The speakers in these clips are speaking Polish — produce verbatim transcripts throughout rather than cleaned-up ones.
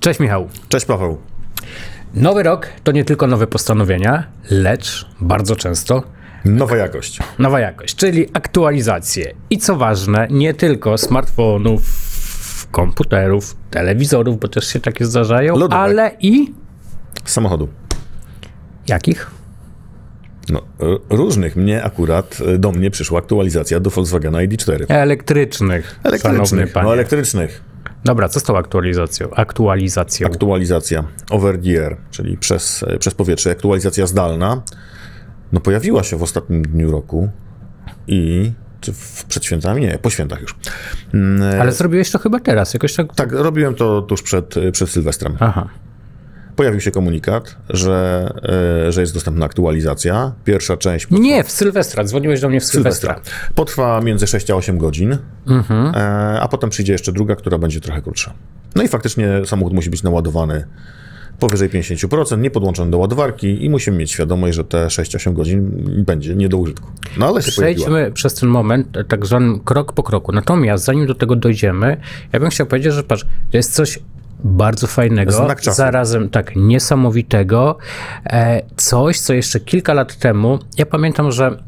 Cześć Michał. Cześć Paweł. Nowy rok to nie tylko nowe postanowienia, lecz bardzo często nowa jakość. Nowa jakość, czyli aktualizacje. I co ważne, nie tylko smartfonów, komputerów, telewizorów, bo też się takie zdarzają, Lodówek. Ale i... samochodu. Jakich? No, różnych. Mnie akurat, do mnie przyszła aktualizacja do Volkswagena I D cztery. Elektrycznych. Elektrycznych, no elektrycznych. Dobra, co z tą aktualizacją? Aktualizacją. Aktualizacja over the air, czyli przez, przez powietrze. Aktualizacja zdalna. No pojawiła się w ostatnim dniu roku i... Czy w, przed świętami? Nie, po świętach już. Ale zrobiłeś to chyba teraz, jakoś tak... Tak, robiłem to tuż przed, przed Sylwestrem. Aha. Pojawił się komunikat, że, że jest dostępna aktualizacja. Pierwsza część... Potrwa... Nie, w Sylwestra. Dzwoniłeś do mnie w Sylwestra. Sylwestra. Potrwa między sześć a osiem godzin, mhm. a potem przyjdzie jeszcze druga, która będzie trochę krótsza. No i faktycznie samochód musi być naładowany powyżej pięćdziesiąt procent, nie podłączony do ładowarki i musimy mieć świadomość, że te sześć osiem godzin będzie nie do użytku. No ale się Przejdźmy pojawiła. przez ten moment tak zwany krok po kroku. Natomiast zanim do tego dojdziemy, ja bym chciał powiedzieć, że patrz, to jest coś bardzo fajnego, zarazem tak niesamowitego, e, coś, co jeszcze kilka lat temu, ja pamiętam, że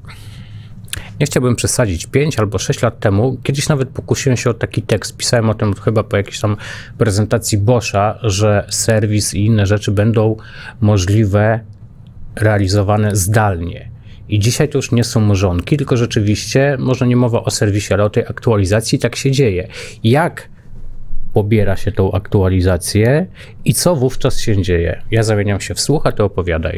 nie chciałbym przesadzić, pięć albo sześć lat temu, kiedyś nawet pokusiłem się o taki tekst, pisałem o tym chyba po jakiejś tam prezentacji Boscha, że serwis i inne rzeczy będą możliwe, realizowane zdalnie. I dzisiaj to już nie są mrzonki, tylko rzeczywiście, może nie mowa o serwisie, ale o tej aktualizacji, tak się dzieje. Jak pobiera się tą aktualizację i co wówczas się dzieje? Ja zamieniam się w słuch, a ty opowiadaj.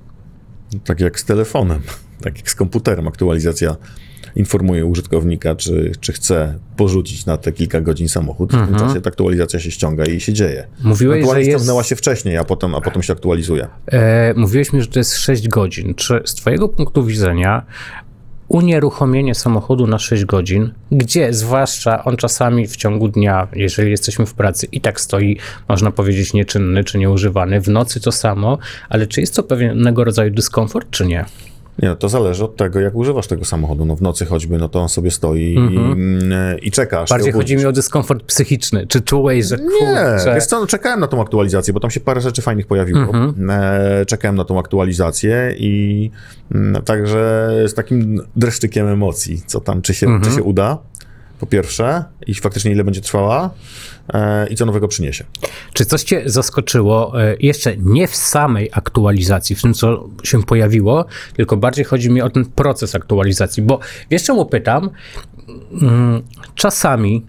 Tak jak z telefonem, tak jak z komputerem. Aktualizacja informuje użytkownika, czy, czy chce porzucić na te kilka godzin samochód. Mhm. W tym czasie ta aktualizacja się ściąga i się dzieje. Mówiłeś, że jest... ściągnęła się wcześniej, a potem, a potem się aktualizuje. E, mówiłeś mi, że to jest sześć godzin. Czy z twojego punktu widzenia unieruchomienie samochodu na sześć godzin, gdzie zwłaszcza on czasami w ciągu dnia, jeżeli jesteśmy w pracy, i tak stoi, można powiedzieć, nieczynny czy nieużywany, w nocy to samo, ale czy jest to pewnego rodzaju dyskomfort, czy nie? Nie, no to zależy od tego, jak używasz tego samochodu. No w nocy choćby, no to on sobie stoi mm-hmm. i, i czekasz. Bardziej chodzi mi o dyskomfort psychiczny. Czy czułeś, że... Nie, kurczę... wiesz co, no, czekałem na tą aktualizację, bo tam się parę rzeczy fajnych pojawiło. Mm-hmm. E, czekałem na tą aktualizację i m, także z takim dreszczykiem emocji, co tam, czy się, mm-hmm. czy się uda, po pierwsze, i faktycznie ile będzie trwała e, i co nowego przyniesie. Czy coś cię zaskoczyło e, jeszcze nie w samej aktualizacji, w tym, co się pojawiło, tylko bardziej chodzi mi o ten proces aktualizacji, bo wiesz, czemu pytam? Mm, czasami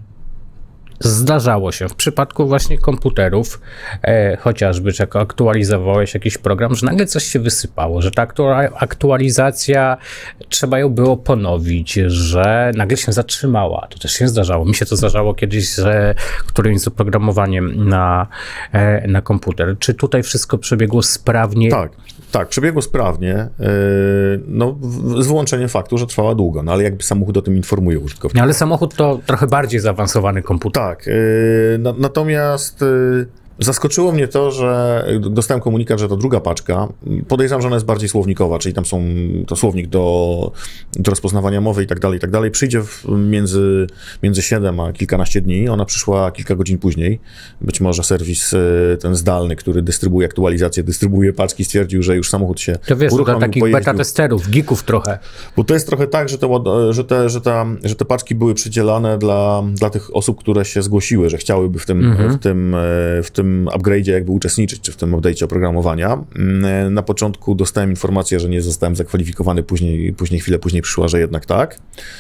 zdarzało się w przypadku właśnie komputerów, e, chociażby, że aktualizowałeś jakiś program, że nagle coś się wysypało, że ta aktualizacja trzeba ją było ponowić, że nagle się zatrzymała. To też się zdarzało. Mi się to zdarzało kiedyś z którymś z oprogramowaniem na, e, na komputer. Czy tutaj wszystko przebiegło sprawnie? Tak. Tak, przebiegło sprawnie, yy, no, z wyłączeniem faktu, że trwała długo, no ale jakby samochód o tym informuje użytkownika. No, ale samochód to trochę bardziej zaawansowany komputer. Tak, yy, na, natomiast yy, zaskoczyło mnie to, że dostałem komunikat, że ta druga paczka, podejrzewam, że ona jest bardziej słownikowa, czyli tam są to słownik do, do rozpoznawania mowy i tak dalej, i tak dalej, przyjdzie w, między, między siedem a kilkanaście dni, ona przyszła kilka godzin później. Być może serwis ten zdalny, który dystrybuuje aktualizację, dystrybuuje paczki, stwierdził, że już samochód się to wiesz, uruchomił, to takich pojeździł. beta testerów, geeków trochę. Bo to jest trochę tak, że te, że te, że ta, że te paczki były przydzielane dla, dla tych osób, które się zgłosiły, że chciałyby w tym, mhm. w tym, w tym upgrade'zie jakby uczestniczyć, czy w tym update'cie oprogramowania. Na początku dostałem informację, że nie zostałem zakwalifikowany, później, później chwilę później przyszła, że jednak tak.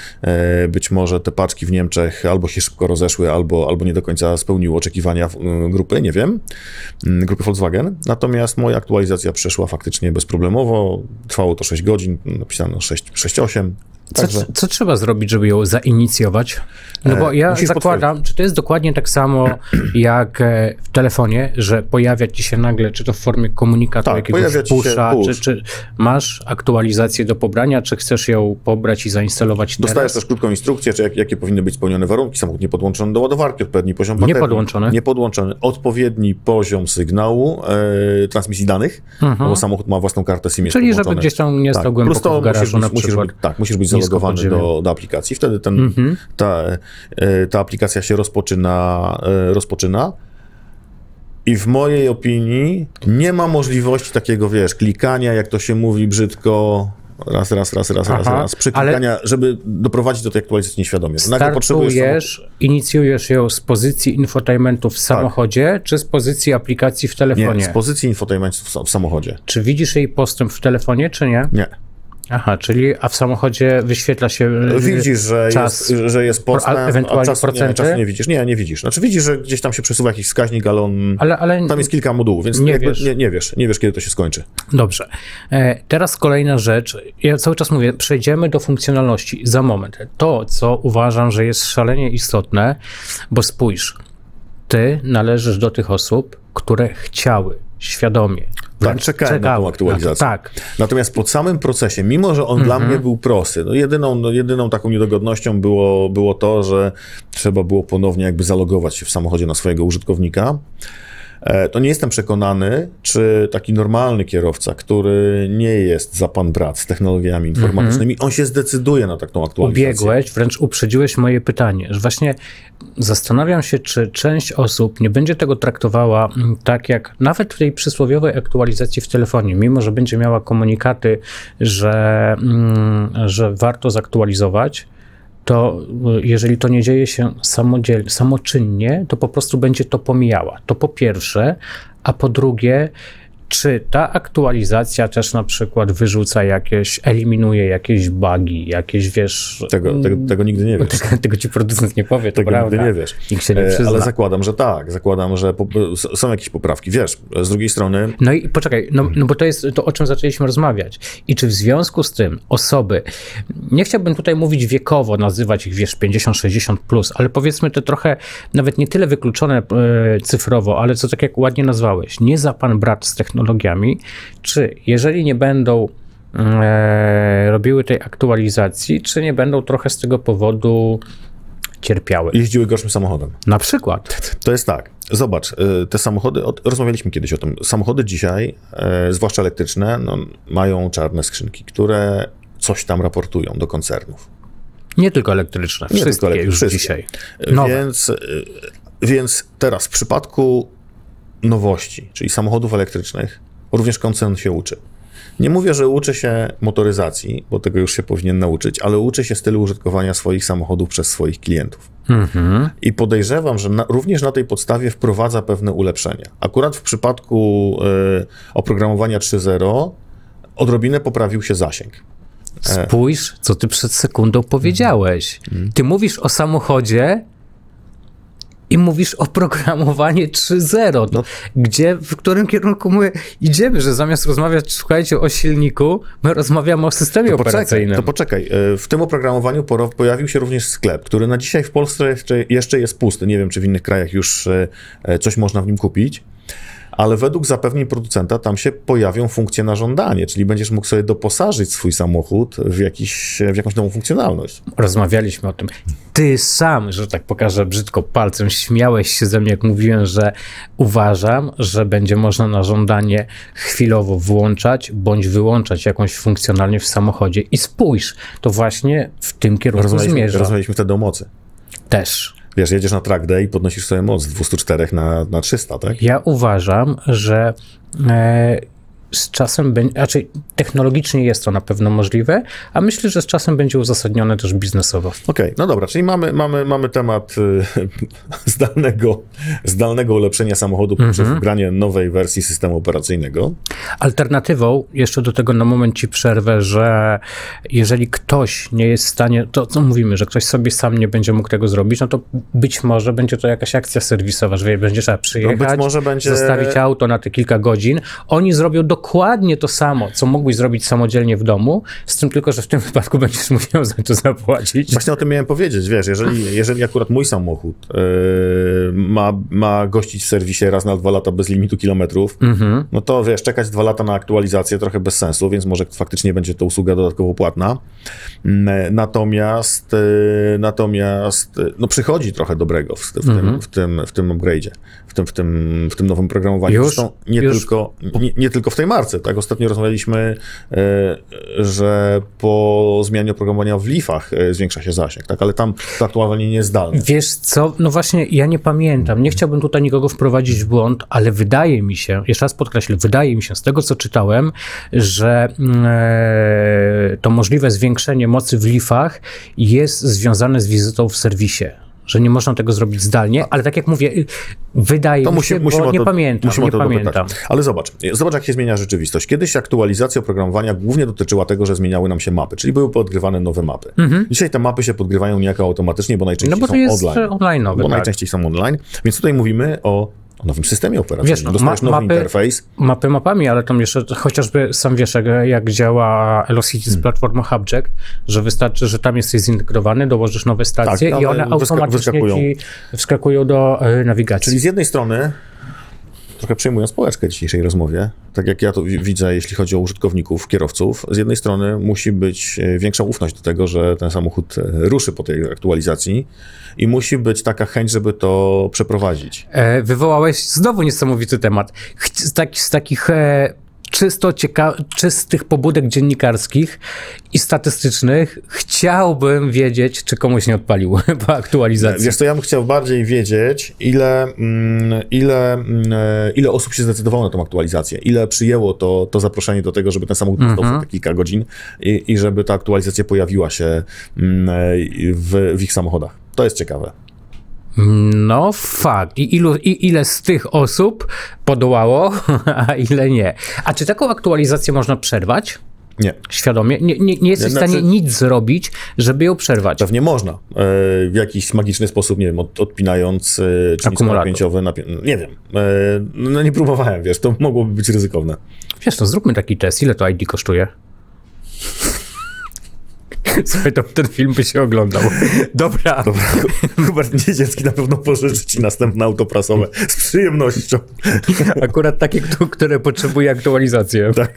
Być może te paczki w Niemczech albo się szybko rozeszły, albo, albo nie do końca spełniły oczekiwania grupy, nie wiem, grupy Volkswagen. Natomiast moja aktualizacja przeszła faktycznie bezproblemowo. Trwało to sześć godzin, napisano sześć osiem. Co, co trzeba zrobić, żeby ją zainicjować? No bo ja Musisz zakładam, potwierdzić. Czy to jest dokładnie tak samo jak w telefonie, że pojawia ci się nagle, czy to w formie komunikatu tak, jakiegoś pusha, push. czy, czy masz aktualizację do pobrania, czy chcesz ją pobrać i zainstalować teraz? Dostajesz też krótką instrukcję, czy jak, jakie powinny być spełnione warunki. Samochód nie podłączony do ładowarki, odpowiedni poziom baterii. Nie podłączony? Nie podłączony. Odpowiedni poziom sygnału, e, transmisji danych, mhm. bo samochód ma własną kartę SIM. Czyli żeby gdzieś tam nie stał tak. głęboko w garażu musisz, na musisz przykład. być, tak, musisz być zalogowany do, do aplikacji. Wtedy ten, mhm. ta, ta aplikacja się rozpoczyna, rozpoczyna. I w mojej opinii nie ma możliwości takiego, wiesz, klikania, jak to się mówi brzydko, raz, raz, raz, raz, Aha, raz, raz, przeklikania, ale żeby doprowadzić do tej aktualizacji nieświadomie. Startujesz, inicjujesz ją z pozycji infotainmentu w samochodzie, tak. czy z pozycji aplikacji w telefonie? Nie, z pozycji infotainmentu w, w samochodzie. Czy widzisz jej postęp w telefonie, czy nie? Nie. Aha, czyli a w samochodzie wyświetla się Widzisz, że czas, jest, że jest postęp, a ewentualnie a czasu, procenty? Nie, czasu nie widzisz. Nie, nie widzisz. Znaczy widzisz, że gdzieś tam się przesuwa jakiś wskaźnik, ale on, ale, ale tam jest kilka modułów, więc nie wiesz. Nie, nie wiesz, nie wiesz, kiedy to się skończy. Dobrze. E, teraz kolejna rzecz. Ja cały czas mówię, przejdziemy do funkcjonalności za moment. To, co uważam, że jest szalenie istotne, bo spójrz, ty należysz do tych osób, które chciały świadomie. Tak, czekałem na tą aktualizację. Na to, tak. Natomiast po samym procesie, mimo że on mm-hmm. dla mnie był prosty, no jedyną, no jedyną taką niedogodnością było, było to, że trzeba było ponownie jakby zalogować się w samochodzie na swojego użytkownika. To nie jestem przekonany, czy taki normalny kierowca, który nie jest za pan brat z technologiami informatycznymi, mm-hmm. on się zdecyduje na taką aktualizację. Ubiegłeś, wręcz uprzedziłeś moje pytanie, że właśnie zastanawiam się, czy część osób nie będzie tego traktowała tak jak nawet w tej przysłowiowej aktualizacji w telefonie, mimo że będzie miała komunikaty, że, że warto zaktualizować, to jeżeli to nie dzieje się samodzielnie, samoczynnie, to po prostu będzie to pomijała. To po pierwsze, a po drugie, czy ta aktualizacja też na przykład wyrzuca jakieś, eliminuje jakieś bugi, jakieś, wiesz... Tego, tego, tego nigdy nie wiesz. Tego, tego ci producent nie powie, to tego prawda. Nigdy nie wiesz. Nikt się nie przyzna. Ale zakładam, że tak. Zakładam, że po, są jakieś poprawki. Wiesz, z drugiej strony... No i poczekaj, no, no bo to jest to, o czym zaczęliśmy rozmawiać. I czy w związku z tym osoby, nie chciałbym tutaj mówić wiekowo, nazywać ich, wiesz, pięćdziesiąt sześćdziesiąt plus, ale powiedzmy te trochę, nawet nie tyle wykluczone e, cyfrowo, ale co tak jak ładnie nazwałeś, nie za pan brat z technologiami, czy jeżeli nie będą e, robiły tej aktualizacji, czy nie będą trochę z tego powodu cierpiały? Jeździły gorszym samochodem. Na przykład. To jest tak. Zobacz, te samochody, rozmawialiśmy kiedyś o tym, samochody dzisiaj, e, zwłaszcza elektryczne, no, mają czarne skrzynki, które coś tam raportują do koncernów. Nie tylko elektryczne, nie wszystkie tylko już wszystkie. dzisiaj. Więc, więc teraz w przypadku nowości, czyli samochodów elektrycznych, również koncern się uczy. Nie mówię, że uczy się motoryzacji, bo tego już się powinien nauczyć, ale uczy się stylu użytkowania swoich samochodów przez swoich klientów. Mhm. I podejrzewam, że na, również na tej podstawie wprowadza pewne ulepszenia. Akurat w przypadku y, oprogramowania trzy zero odrobinę poprawił się zasięg. Spójrz, co ty przed sekundą powiedziałeś. Mhm. Ty mówisz o samochodzie, i mówisz o programowanie trzy zero, no. Gdzie, w którym kierunku my idziemy, że zamiast rozmawiać, słuchajcie, o silniku, my rozmawiamy o systemie to operacyjnym. Poczekaj, to poczekaj, w tym oprogramowaniu pojawił się również sklep, który na dzisiaj w Polsce jeszcze, jeszcze jest pusty. Nie wiem, czy w innych krajach już coś można w nim kupić, ale według zapewnień producenta tam się pojawią funkcje na żądanie, czyli będziesz mógł sobie doposażyć swój samochód w, jakiś, w jakąś nową funkcjonalność. Rozmawialiśmy o tym. Ty sam, że tak pokażę brzydko palcem, śmiałeś się ze mnie, jak mówiłem, że uważam, że będzie można na żądanie chwilowo włączać bądź wyłączać jakąś funkcjonalność w samochodzie. I spójrz, to właśnie w tym kierunku zmierza. Rozmawialiśmy wtedy o mocy. Też. Wiesz, jedziesz na track day i podnosisz sobie moc z dwieście cztery na, na trzysta, tak? Ja uważam, że e, z czasem będzie, raczej technologicznie jest to na pewno możliwe, a myślę, że z czasem będzie uzasadnione też biznesowo. Okej, okay, no dobra, czyli mamy, mamy, mamy temat y, zdalnego, zdalnego ulepszenia samochodu mm-hmm. poprzez wgranie nowej wersji systemu operacyjnego. Alternatywą, jeszcze do tego na moment ci przerwę, że jeżeli ktoś nie jest w stanie, to co mówimy, że ktoś sobie sam nie będzie mógł tego zrobić, no to być może będzie to jakaś akcja serwisowa, że będzie trzeba przyjechać, no być może będzie... zostawić auto na te kilka godzin. Oni zrobią dokładnie to samo, co mógłbyś zrobić samodzielnie w domu, z tym tylko, że w tym wypadku będziesz musiał za to zapłacić. Właśnie o tym miałem powiedzieć, wiesz, jeżeli, jeżeli akurat mój samochód yy, ma, ma gościć w serwisie raz na dwa lata bez limitu kilometrów, mm-hmm. no to wiesz, czekać dwa lata na aktualizację trochę bez sensu, więc może faktycznie będzie to usługa dodatkowo płatna. Natomiast yy, natomiast no przychodzi trochę dobrego w, w, mm-hmm. tym, w tym, w tym upgrade'zie, w tym, w tym, w tym nowym programowaniu. Już, Zresztą nie, już. Tylko, nie, nie tylko w tej marce. Tak, ostatnio rozmawialiśmy, że po zmianie oprogramowania w lifach zwiększa się zasięg, tak, ale tam to aktualnie nie jest zdalne. Wiesz co, no właśnie ja nie pamiętam, nie chciałbym tutaj nikogo wprowadzić w błąd, ale wydaje mi się, jeszcze raz podkreślę, wydaje mi się z tego, co czytałem, że e, to możliwe zwiększenie mocy w lifach jest związane z wizytą w serwisie. Że nie można tego zrobić zdalnie, ale tak jak mówię, wydaje to mi się, musi, bo nie to, pamiętam, nie pamiętam. Ale zobacz, zobacz jak się zmienia rzeczywistość. Kiedyś aktualizacja oprogramowania głównie dotyczyła tego, że zmieniały nam się mapy, czyli były podgrywane nowe mapy. Mhm. Dzisiaj te mapy się podgrywają niejako automatycznie, bo najczęściej no bo są to jest online. online nowe, bo tak. najczęściej są online, więc tutaj mówimy o o nowym systemie operacyjnym. Wiesz, no, dostajesz ma, nowy mapy, interfejs. Mapy mapami, ale tam jeszcze chociażby sam wiesz, jak, jak działa Elocity z platformą Hubject, że wystarczy, że tam jesteś zintegrowany, dołożysz nowe stacje tak, i one automatycznie wyskakują. ci wskakują do y, nawigacji. Czyli z jednej strony, trochę przejmując społeczkę w dzisiejszej rozmowie, tak jak ja to widzę, jeśli chodzi o użytkowników, kierowców, z jednej strony musi być większa ufność do tego, że ten samochód ruszy po tej aktualizacji i musi być taka chęć, żeby to przeprowadzić. E, wywołałeś znowu niesamowity temat. Z, tak, z takich e, czysto cieka- czystych pobudek dziennikarskich i statystycznych chciałbym wiedzieć, czy komuś nie odpalił po aktualizacji. Wiesz co, ja bym chciał bardziej wiedzieć, ile, ile, ile osób się zdecydowało na tą aktualizację, ile przyjęło to, to zaproszenie do tego, żeby ten samochód mm-hmm. dostał te kilka godzin i, i żeby ta aktualizacja pojawiła się w, w ich samochodach. To jest ciekawe. No fakt. I, ilu, I ile z tych osób podołało, a ile nie. A czy taką aktualizację można przerwać? Nie. Świadomie? Nie, nie, nie jesteś znaczy, w stanie nic zrobić, żeby ją przerwać? Pewnie można. E, w jakiś magiczny sposób, nie wiem, od, odpinając e, czynnik napięciowy. Napię- nie wiem. E, no nie próbowałem, wiesz, to mogłoby być ryzykowne. Wiesz, no zróbmy taki test. Ile to I D kosztuje? Słuchaj, to ten film by się oglądał. Dobra. Dobra. Hubert Niedzielski na pewno pożyczy ci następne auto prasowe z przyjemnością. Akurat takie, które potrzebuje aktualizacji. Tak.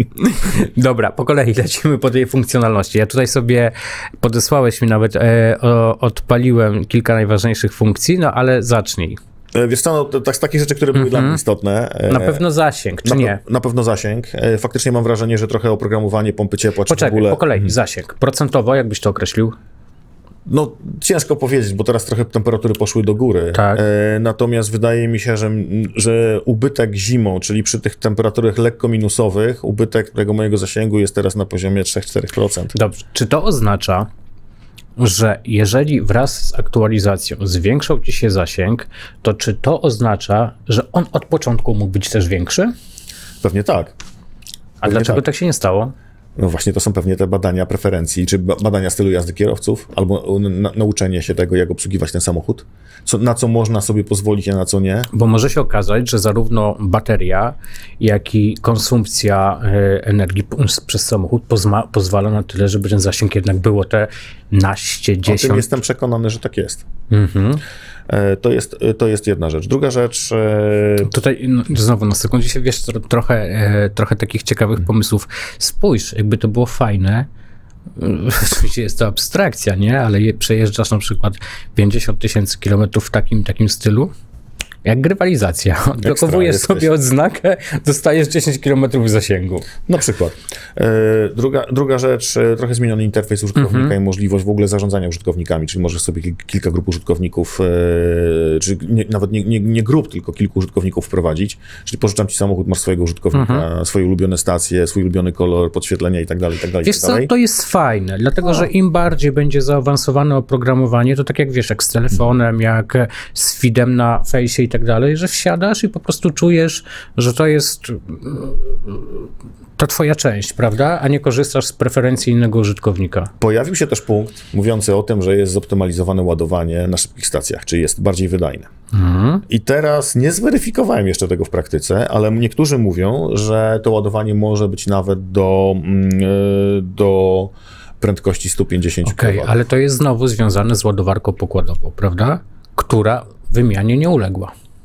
Dobra, po kolei lecimy po tej funkcjonalności. Ja tutaj sobie podesłałeś mi nawet, e, o, odpaliłem kilka najważniejszych funkcji, no ale zacznij. Wiesz co, no, to, tak, z takich rzeczy, które były mm-hmm. dla mnie istotne. Na pewno zasięg, czy na, nie? Na pewno zasięg. Faktycznie mam wrażenie, że trochę oprogramowanie pompy ciepła, czy Poczekaj, w ogóle... po kolei, zasięg. Procentowo, jakbyś to określił? No, ciężko powiedzieć, bo teraz trochę temperatury poszły do góry. Tak. E, natomiast wydaje mi się, że, że ubytek zimą, czyli przy tych temperaturach lekko minusowych, ubytek tego mojego zasięgu jest teraz na poziomie trzy do czterech procent. Dobrze. Czy to oznacza, że jeżeli wraz z aktualizacją zwiększał ci się zasięg, to czy to oznacza, że on od początku mógł być też większy? Pewnie tak. A Pewnie dlaczego tak. tak się nie stało? No właśnie to są pewnie te badania preferencji, czy badania stylu jazdy kierowców, albo na, nauczenie się tego, jak obsługiwać ten samochód, co, na co można sobie pozwolić, a na co nie. Bo może się okazać, że zarówno bateria, jak i konsumpcja y, energii p- przez samochód pozma- pozwala na tyle, żeby ten zasięg jednak było te naście, dziesięć. O tym jestem przekonany, że tak jest. Mhm. To jest, to jest jedna rzecz. Druga rzecz... Tutaj no, znowu na sekundzie się, wiesz, tro, trochę, e, trochę takich ciekawych hmm. pomysłów. Spójrz, jakby to było fajne. Oczywiście jest to abstrakcja, nie? Ale je, przejeżdżasz na przykład pięćdziesiąt tysięcy kilometrów w takim takim stylu. Jak grywalizacja. Odblokowujesz sobie odznakę, dostajesz dziesięć kilometrów zasięgu. Na przykład. E, druga, druga rzecz, e, trochę zmieniony interfejs użytkownika mm-hmm. i możliwość w ogóle zarządzania użytkownikami, czyli możesz sobie kil, kilka grup użytkowników, e, czy nie, nawet nie, nie, nie grup, tylko kilku użytkowników wprowadzić. Czyli pożyczam ci samochód, masz swojego użytkownika, mm-hmm. swoje ulubione stacje, swój ulubiony kolor, podświetlenia i tak dalej, i tak dalej. Wiesz co, to jest fajne, dlatego, że im bardziej będzie zaawansowane oprogramowanie, to tak jak wiesz, jak z telefonem, jak z feedem na fejsie i tak dalej, że wsiadasz i po prostu czujesz, że to jest ta twoja część, prawda? A nie korzystasz z preferencji innego użytkownika. Pojawił się też punkt mówiący o tym, że jest zoptymalizowane ładowanie na szybkich stacjach, czyli jest bardziej wydajne. Mhm. I teraz nie zweryfikowałem jeszcze tego w praktyce, ale niektórzy mówią, że to ładowanie może być nawet do, do prędkości sto pięćdziesiąt Okej, okay, ale to jest znowu związane z ładowarką pokładową, prawda? Która wymianie nie uległa.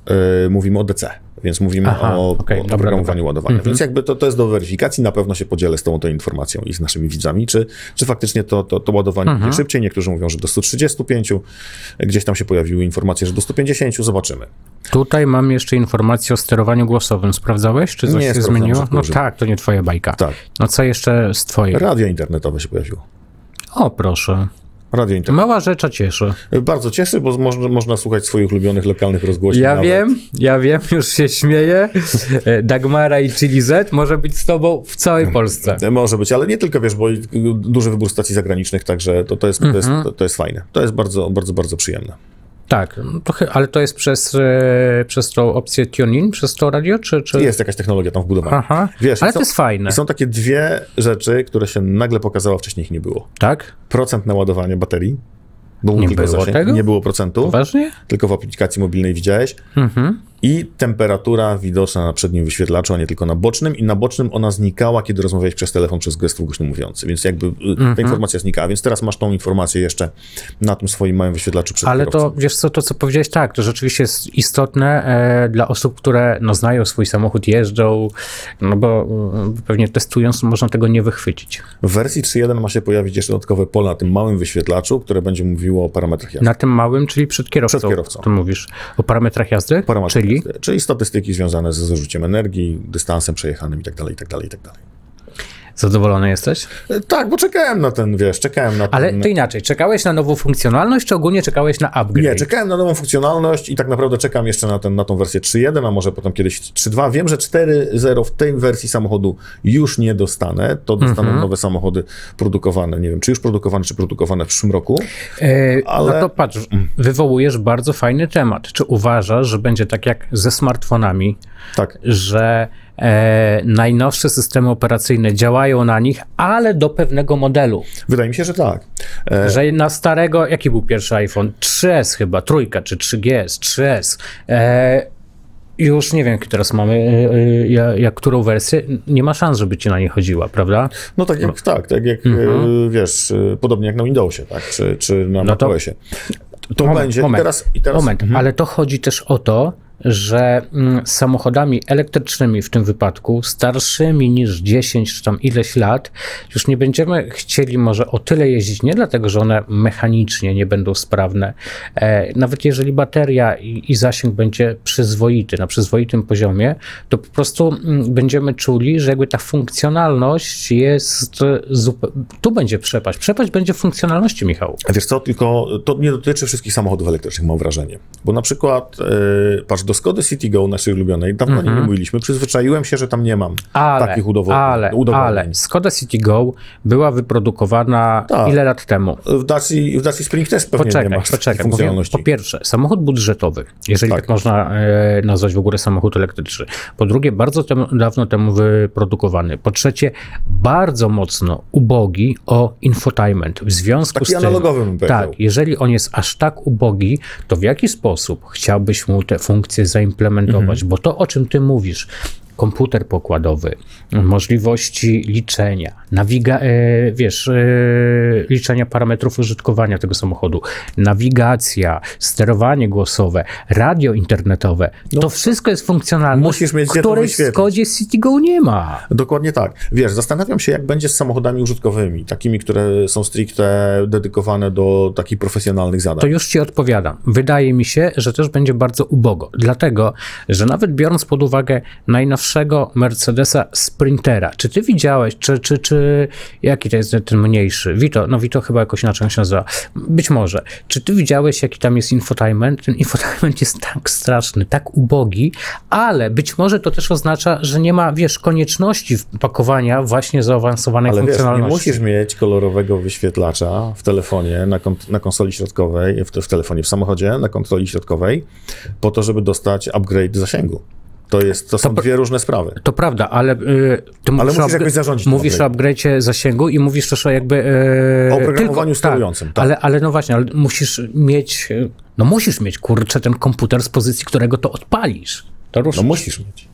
yy, mówimy o D C, więc mówimy Aha, o, okay, o dobra, oprogramowaniu dobra. ładowania. Mm-hmm. Więc jakby to, to jest do weryfikacji, na pewno się podzielę z tą, tą informacją i z naszymi widzami, czy, czy faktycznie to, to, to ładowanie mm-hmm. idzie szybciej. Niektórzy mówią, że do stu trzydziestu pięciu, gdzieś tam się pojawiły informacje, że do stu pięćdziesięciu, zobaczymy. Tutaj mam jeszcze informację o sterowaniu głosowym. Sprawdzałeś, czy coś nie się zmieniło? No tak, to nie twoja bajka. Tak. No co jeszcze z twojej? Radio internetowe się pojawiło. O, proszę. Radio internet. Mała rzecz, a cieszy. Bardzo cieszy, bo można, można słuchać swoich ulubionych lokalnych rozgłośni. Ja nawet. wiem, ja wiem, już się śmieję. Dagmara i Chili Z może być z tobą w całej Polsce. Może być, ale nie tylko, wiesz, bo duży wybór stacji zagranicznych, także to, to, jest, mhm. to, jest, to, to jest fajne. To jest bardzo, bardzo, bardzo przyjemne. Tak, to, ale to jest przez, e, przez tą opcję TuneIn, przez to radio, czy, czy... Jest jakaś technologia tam wbudowana. Aha, wiesz, ale są, to jest fajne. I są takie dwie rzeczy, które się nagle pokazało, wcześniej ich nie było. Tak? Procent naładowania baterii. Bo nie było zasięg, tego? Nie było procentu. Poważnie? Tylko w aplikacji mobilnej widziałeś. Mhm. I temperatura widoczna na przednim wyświetlaczu, a nie tylko na bocznym. I na bocznym ona znikała, kiedy rozmawiałeś przez telefon, przez gest głośno mówiący. Więc jakby mhm. ta informacja znikała. Więc teraz masz tą informację jeszcze na tym swoim małym wyświetlaczu przed Ale kierowcą. to, wiesz co, to co powiedziałeś, tak, to rzeczywiście jest istotne e, dla osób, które no, znają swój samochód, jeżdżą, no bo e, pewnie testując można tego nie wychwycić. W wersji trzy jeden ma się pojawić jeszcze dodatkowe pole na tym małym wyświetlaczu, które będzie mówiło o parametrach jazdy. Na tym małym, czyli przed kierowcą. Przed kierowcą. Tu mówisz o parametrach jazdy? Parametrach czyli? Jazdy. Czyli statystyki związane ze zużyciem energii, dystansem przejechanym i tak dalej, i tak dalej, i tak dalej. Zadowolony jesteś? Tak, bo czekałem na ten, wiesz, czekałem na ten... Ale to inaczej, czekałeś na nową funkcjonalność, czy ogólnie czekałeś na upgrade? Nie, czekałem na nową funkcjonalność i tak naprawdę czekam jeszcze na, ten, na tą wersję trzy jeden, a może potem kiedyś trzy dwa. Wiem, że cztery zero w tej wersji samochodu już nie dostanę. To dostaną mm-hmm. nowe samochody produkowane, nie wiem, czy już produkowane, czy produkowane w przyszłym roku. Yy, ale... No to patrz, wywołujesz bardzo fajny temat. Czy uważasz, że będzie tak jak ze smartfonami, tak. że E, najnowsze systemy operacyjne działają na nich, ale do pewnego modelu. Wydaje mi się, że tak. E... Że na starego, jaki był pierwszy iPhone? trzy S chyba, trójka czy trzy G S, trzy S. E, już nie wiem, jaki teraz mamy, e, jak, jak którą wersję, nie ma szans, żeby ci na nie chodziła, prawda? No tak jak, no. tak, tak jak mhm. wiesz, podobnie jak na Windowsie, tak, czy, czy na no macOSie. To, to moment, będzie moment, i teraz, i teraz... Moment, mhm. ale to chodzi też o to, że mm, samochodami elektrycznymi w tym wypadku, starszymi niż dziesięć czy tam ileś lat, już nie będziemy chcieli może o tyle jeździć, nie dlatego, że one mechanicznie nie będą sprawne. E, nawet jeżeli bateria i, i zasięg będzie przyzwoity, na przyzwoitym poziomie, to po prostu mm, będziemy czuli, że jakby ta funkcjonalność jest zupełnie... Tu będzie przepaść. Przepaść będzie w funkcjonalności, Michał. A wiesz co, tylko to nie dotyczy wszystkich samochodów elektrycznych, mam wrażenie. Bo na przykład, yy, patrz, do Skody Citigo, naszej ulubionej, dawno mm-hmm. nie mówiliśmy, przyzwyczaiłem się, że tam nie mam ale, takich udowo- ale, udowodnień. Ale Skoda Citigo była wyprodukowana tak. ile lat temu? W Dacia, w Dacia Spring też pewnie poczekaj, nie ma poczekaj, funkcjonalności. Po pierwsze, samochód budżetowy, jeżeli tak, tak można e, nazwać w ogóle samochód elektryczny. Po drugie, bardzo tem- dawno temu wyprodukowany. Po trzecie, bardzo mocno ubogi o infotainment. W związku Taki z tym... analogowy bym powiedział. Tak, jeżeli on jest aż tak ubogi, to w jaki sposób chciałbyś mu te funkcje zaimplementować? Mhm. Bo to, o czym ty mówisz, komputer pokładowy, możliwości liczenia, nawiga- e, wiesz, e, liczenia parametrów użytkowania tego samochodu, nawigacja, sterowanie głosowe, radio internetowe, no, to wszystko jest funkcjonalne, musisz mieć której w Skodzie Citigo nie ma. Dokładnie tak. Wiesz, zastanawiam się, jak będzie z samochodami użytkowymi, takimi, które są stricte dedykowane do takich profesjonalnych zadań. To już ci odpowiadam. Wydaje mi się, że też będzie bardzo ubogo, dlatego, że nawet biorąc pod uwagę najnowsze Mercedesa Sprintera. Czy ty widziałeś, czy, czy, czy jaki to jest ten mniejszy? Vito, no Vito chyba jakoś inaczej się nazywa. Być może. Czy ty widziałeś, jaki tam jest infotainment? Ten infotainment jest tak straszny, tak ubogi, ale być może to też oznacza, że nie ma, wiesz, konieczności wpakowania właśnie zaawansowanej ale funkcjonalności. Ale wiesz, nie musisz mieć kolorowego wyświetlacza w telefonie, na, kon- na konsoli środkowej, w, w telefonie, w samochodzie, na konsoli środkowej, po to, żeby dostać upgrade zasięgu. To, jest, to są to, dwie różne sprawy. To prawda, ale y, ty ale mówisz, musisz o, jakoś zarządzić mówisz o upgrade'cie zasięgu i mówisz też o jakby... Y, o oprogramowaniu tylko, sterującym. Tak, tak. Ale, ale no właśnie, ale musisz mieć, no musisz mieć, kurczę, ten komputer z pozycji, którego to odpalisz. To ruszysz. No musisz mieć.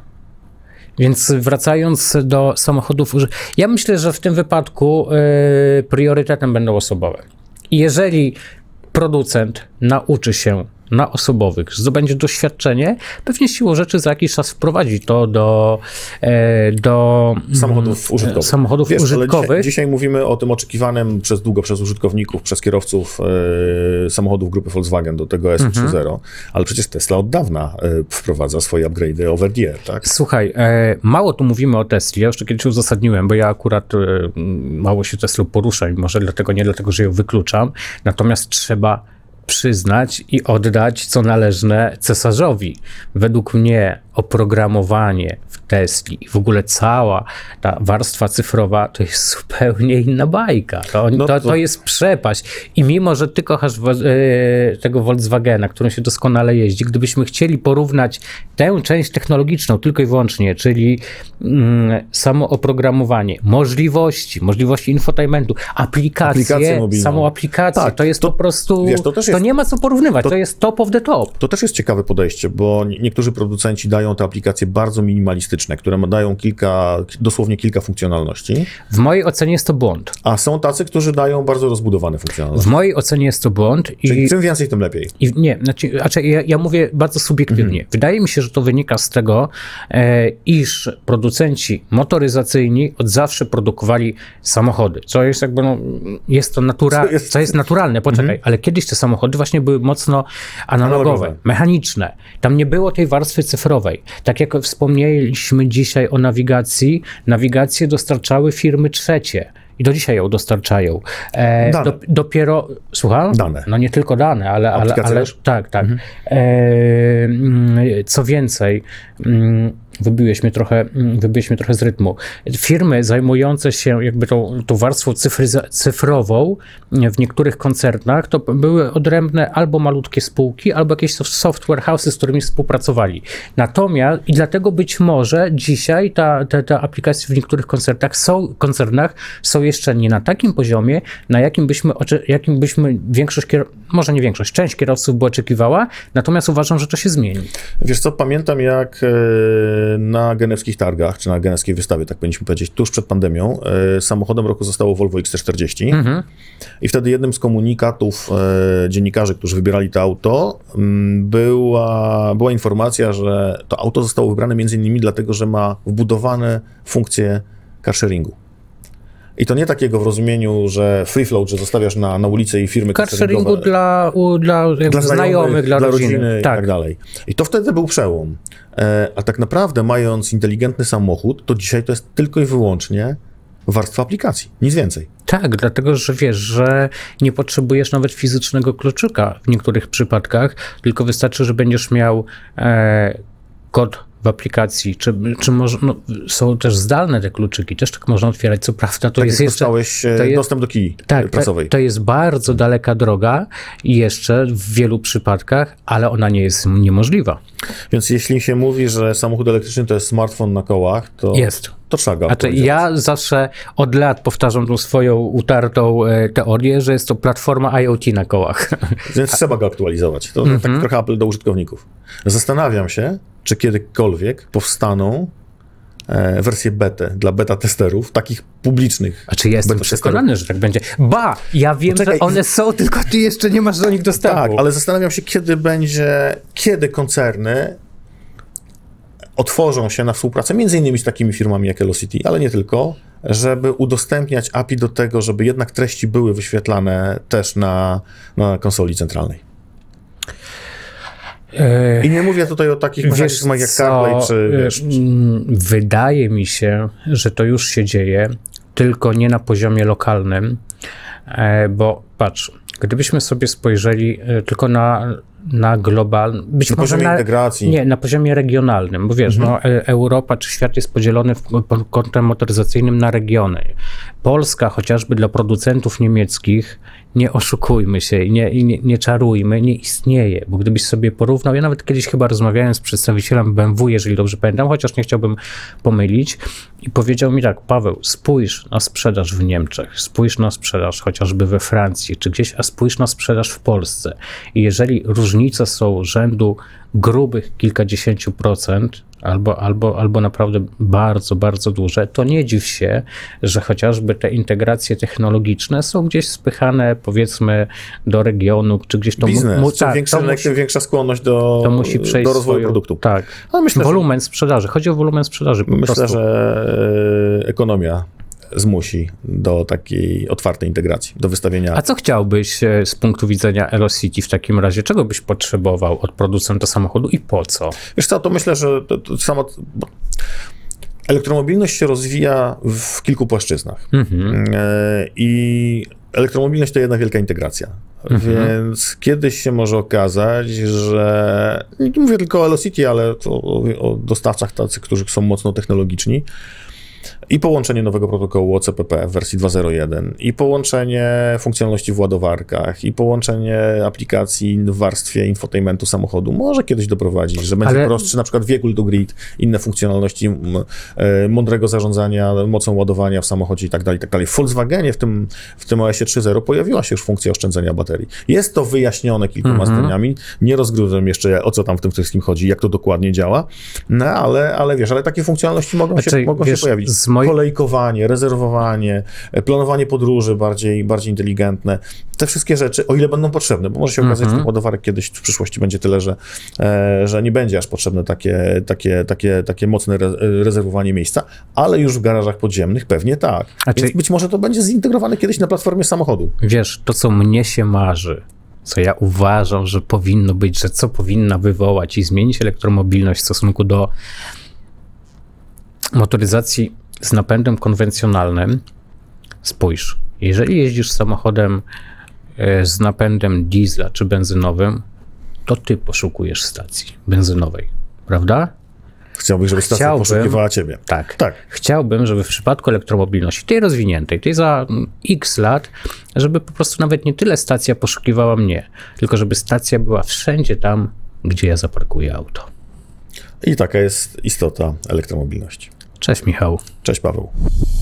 Więc wracając do samochodów, ja myślę, że w tym wypadku y, priorytetem będą osobowe. I jeżeli producent nauczy się na osobowych, zdobędzie doświadczenie, pewnie siłą rzeczy za jakiś czas wprowadzi to do, do samochodów użytkowych. Samochodów Wiesz, użytkowych. Dzisiaj, dzisiaj mówimy o tym oczekiwanym przez długo przez użytkowników, przez kierowców e, samochodów grupy Volkswagen do tego S trzy zero, mhm. ale przecież Tesla od dawna e, wprowadza swoje upgrade'y over the air, tak? Słuchaj, e, mało tu mówimy o Tesli, ja już to kiedyś uzasadniłem, bo ja akurat e, mało się Teslą poruszam i może dlatego nie dlatego, że ją wykluczam, natomiast trzeba przyznać i oddać co należne cesarzowi. Według mnie oprogramowanie w Tesli i w ogóle cała ta warstwa cyfrowa to jest zupełnie inna bajka. To, no to, to... to jest przepaść. I mimo, że ty kochasz yy, tego Volkswagena, którym się doskonale jeździ, gdybyśmy chcieli porównać tę część technologiczną tylko i wyłącznie, czyli yy, samo oprogramowanie, możliwości, możliwości infotainmentu, aplikacje, samą aplikację, tak, to jest to, po prostu, wiesz, to, też jest, to nie ma co porównywać, to, to jest top of the top. To też jest ciekawe podejście, bo niektórzy producenci dają te aplikacje bardzo minimalistyczne, które dają kilka, dosłownie kilka funkcjonalności. W mojej ocenie jest to błąd. A są tacy, którzy dają bardzo rozbudowane funkcjonalności. W mojej ocenie jest to błąd. Czyli i, czym więcej, tym lepiej. I, nie, znaczy, znaczy ja, ja mówię bardzo subiektywnie. Mhm. Wydaje mi się, że to wynika z tego, e, iż producenci motoryzacyjni od zawsze produkowali samochody, co jest jakby, no, jest to naturalne, co jest, co jest naturalne, poczekaj, mhm. ale kiedyś te samochody właśnie były mocno analogowe, analogowe, mechaniczne. Tam nie było tej warstwy cyfrowej. Tak jak wspomnieliśmy dzisiaj o nawigacji, nawigację dostarczały firmy trzecie i do dzisiaj ją dostarczają. E, dane. Do, dopiero, słucham? Dane. No nie tylko dane, ale... ale, ale tak, tak. Mhm. E, co więcej, wybiłeś mnie trochę, wybiłeś mnie trochę z rytmu. Firmy zajmujące się jakby tą, tą warstwą cyfryza- cyfrową w niektórych koncernach to były odrębne albo malutkie spółki, albo jakieś software house'y, z którymi współpracowali. Natomiast i dlatego być może dzisiaj ta, ta, ta aplikacje w niektórych koncernach są, koncernach są jeszcze nie na takim poziomie, na jakim byśmy, jakim byśmy większość, kier- może nie większość, część kierowców by oczekiwała, natomiast uważam, że to się zmieni. Wiesz co, pamiętam jak na genewskich targach, czy na genewskiej wystawie, tak powinniśmy powiedzieć, tuż przed pandemią, e, samochodem roku zostało Volvo X C czterdzieści mhm. i wtedy jednym z komunikatów e, dziennikarzy, którzy wybierali to auto, m, była, była informacja, że to auto zostało wybrane między innymi dlatego, że ma wbudowane funkcje carsharingu. I to nie takiego w rozumieniu, że free float, że zostawiasz na, na ulicy i firmy carsharingu dla, u, dla, dla znajomych, dla, dla rodziny, rodziny i tak. tak dalej. I to wtedy był przełom. E, a tak naprawdę mając inteligentny samochód, to dzisiaj to jest tylko i wyłącznie warstwa aplikacji, nic więcej. Tak, dlatego, że wiesz, że nie potrzebujesz nawet fizycznego kluczyka w niektórych przypadkach, tylko wystarczy, że będziesz miał e, kod w aplikacji, czy, czy może, no, są też zdalne te kluczyki, też tak można otwierać, co prawda to tak jest jak jeszcze... dostałeś to jest, dostęp do kij tak, prasowej. To, to jest bardzo daleka droga i jeszcze w wielu przypadkach, ale ona nie jest niemożliwa. Więc jeśli się mówi, że samochód elektryczny to jest smartfon na kołach, to... Jest. To trzeba go znaczy, ja zawsze od lat powtarzam tą swoją utartą e, teorię, że jest to platforma IoT na kołach. Więc trzeba go aktualizować. To mm-hmm. tak trochę apel do użytkowników. Zastanawiam się, czy kiedykolwiek powstaną e, wersje beta dla beta testerów, takich publicznych. A czy ja jestem przekonany, że tak będzie? Ba! Ja wiem, Poczekaj. że one są, tylko ty jeszcze nie masz do nich dostępu. Tak, ale zastanawiam się, kiedy będzie, kiedy koncerny otworzą się na współpracę, między innymi z takimi firmami jak Velocity, ale nie tylko, żeby udostępniać A P I do tego, żeby jednak treści były wyświetlane też na, na konsoli centralnej. I nie mówię tutaj o takich mechanizmach jak CarPlay, czy wiesz... Wydaje mi się, że to już się dzieje, tylko nie na poziomie lokalnym, bo patrz, gdybyśmy sobie spojrzeli tylko na na globalnym, być na może poziomie na, integracji. Nie, na poziomie regionalnym, bo wiesz, mhm. no, Europa czy świat jest podzielony w, pod kątem motoryzacyjnym na regiony. Polska chociażby dla producentów niemieckich, nie oszukujmy się, nie, nie, nie czarujmy, nie istnieje, bo gdybyś sobie porównał, ja nawet kiedyś chyba rozmawiałem z przedstawicielem B M W, jeżeli dobrze pamiętam, chociaż nie chciałbym pomylić, i powiedział mi tak: Paweł, spójrz na sprzedaż w Niemczech, spójrz na sprzedaż chociażby we Francji, czy gdzieś, a spójrz na sprzedaż w Polsce. I jeżeli różnica różnice są rzędu grubych kilkadziesięciu procent, albo, albo, albo naprawdę bardzo, bardzo duże, to nie dziw się, że chociażby te integracje technologiczne są gdzieś spychane, powiedzmy, do regionu, czy gdzieś to... Biznes, mu, tak, większa, to musi, tym większa skłonność do, to musi przejść do rozwoju swoją, produktu. Tak, Ale myślę, wolumen że, sprzedaży, chodzi o wolumen sprzedaży po myślę, prostu. że ekonomia zmusi do takiej otwartej integracji, do wystawienia... A co chciałbyś z punktu widzenia Elocity w takim razie? Czego byś potrzebował od producenta samochodu i po co? Wiesz co, to myślę, że to, to samo... Elektromobilność się rozwija w kilku płaszczyznach. Mhm. I elektromobilność to jedna wielka integracja. Mhm. Więc kiedyś się może okazać, że... Nie mówię tylko o Elocity, ale to o, o dostawcach tacy, którzy są mocno technologiczni. I połączenie nowego protokołu O C P P w wersji dwa zero jeden, i połączenie funkcjonalności w ładowarkach, i połączenie aplikacji w warstwie infotainmentu samochodu może kiedyś doprowadzić, że będzie Ale... prostszy na przykład vehicle to grid, inne funkcjonalności mądrego zarządzania mocą ładowania w samochodzie i tak dalej, i tak dalej. W Volkswagenie w tym, w tym O S-ie trzy zero pojawiła się już funkcja oszczędzania baterii. Jest to wyjaśnione kilkoma mm-hmm. zdaniami. Nie rozgryzłem jeszcze, o co tam w tym wszystkim chodzi, jak to dokładnie działa, no ale, ale wiesz, ale takie funkcjonalności mogą, się, mogą wiesz, się pojawić. Moi... Kolejkowanie, rezerwowanie, planowanie podróży bardziej, bardziej inteligentne. Te wszystkie rzeczy, o ile będą potrzebne, bo może się okazać, mm-hmm. że tych ładowarek kiedyś w przyszłości będzie tyle, że, e, że nie będzie aż potrzebne takie, takie, takie, takie mocne re, rezerwowanie miejsca, ale już w garażach podziemnych pewnie tak. A Więc czy... być może to będzie zintegrowane kiedyś na platformie samochodu. Wiesz, to co mnie się marzy, co ja uważam, że powinno być, że co powinna wywołać i zmienić elektromobilność w stosunku do motoryzacji z napędem konwencjonalnym. Spójrz, jeżeli jeździsz samochodem z napędem diesla czy benzynowym, to ty poszukujesz stacji benzynowej, prawda? Chciałbyś, żeby stacja Chciałbym, poszukiwała ciebie. Tak, tak. Chciałbym, żeby w przypadku elektromobilności, tej rozwiniętej, tej za x lat, żeby po prostu nawet nie tyle stacja poszukiwała mnie, tylko żeby stacja była wszędzie tam, gdzie ja zaparkuję auto. I taka jest istota elektromobilności. Cześć Michał. Cześć Paweł.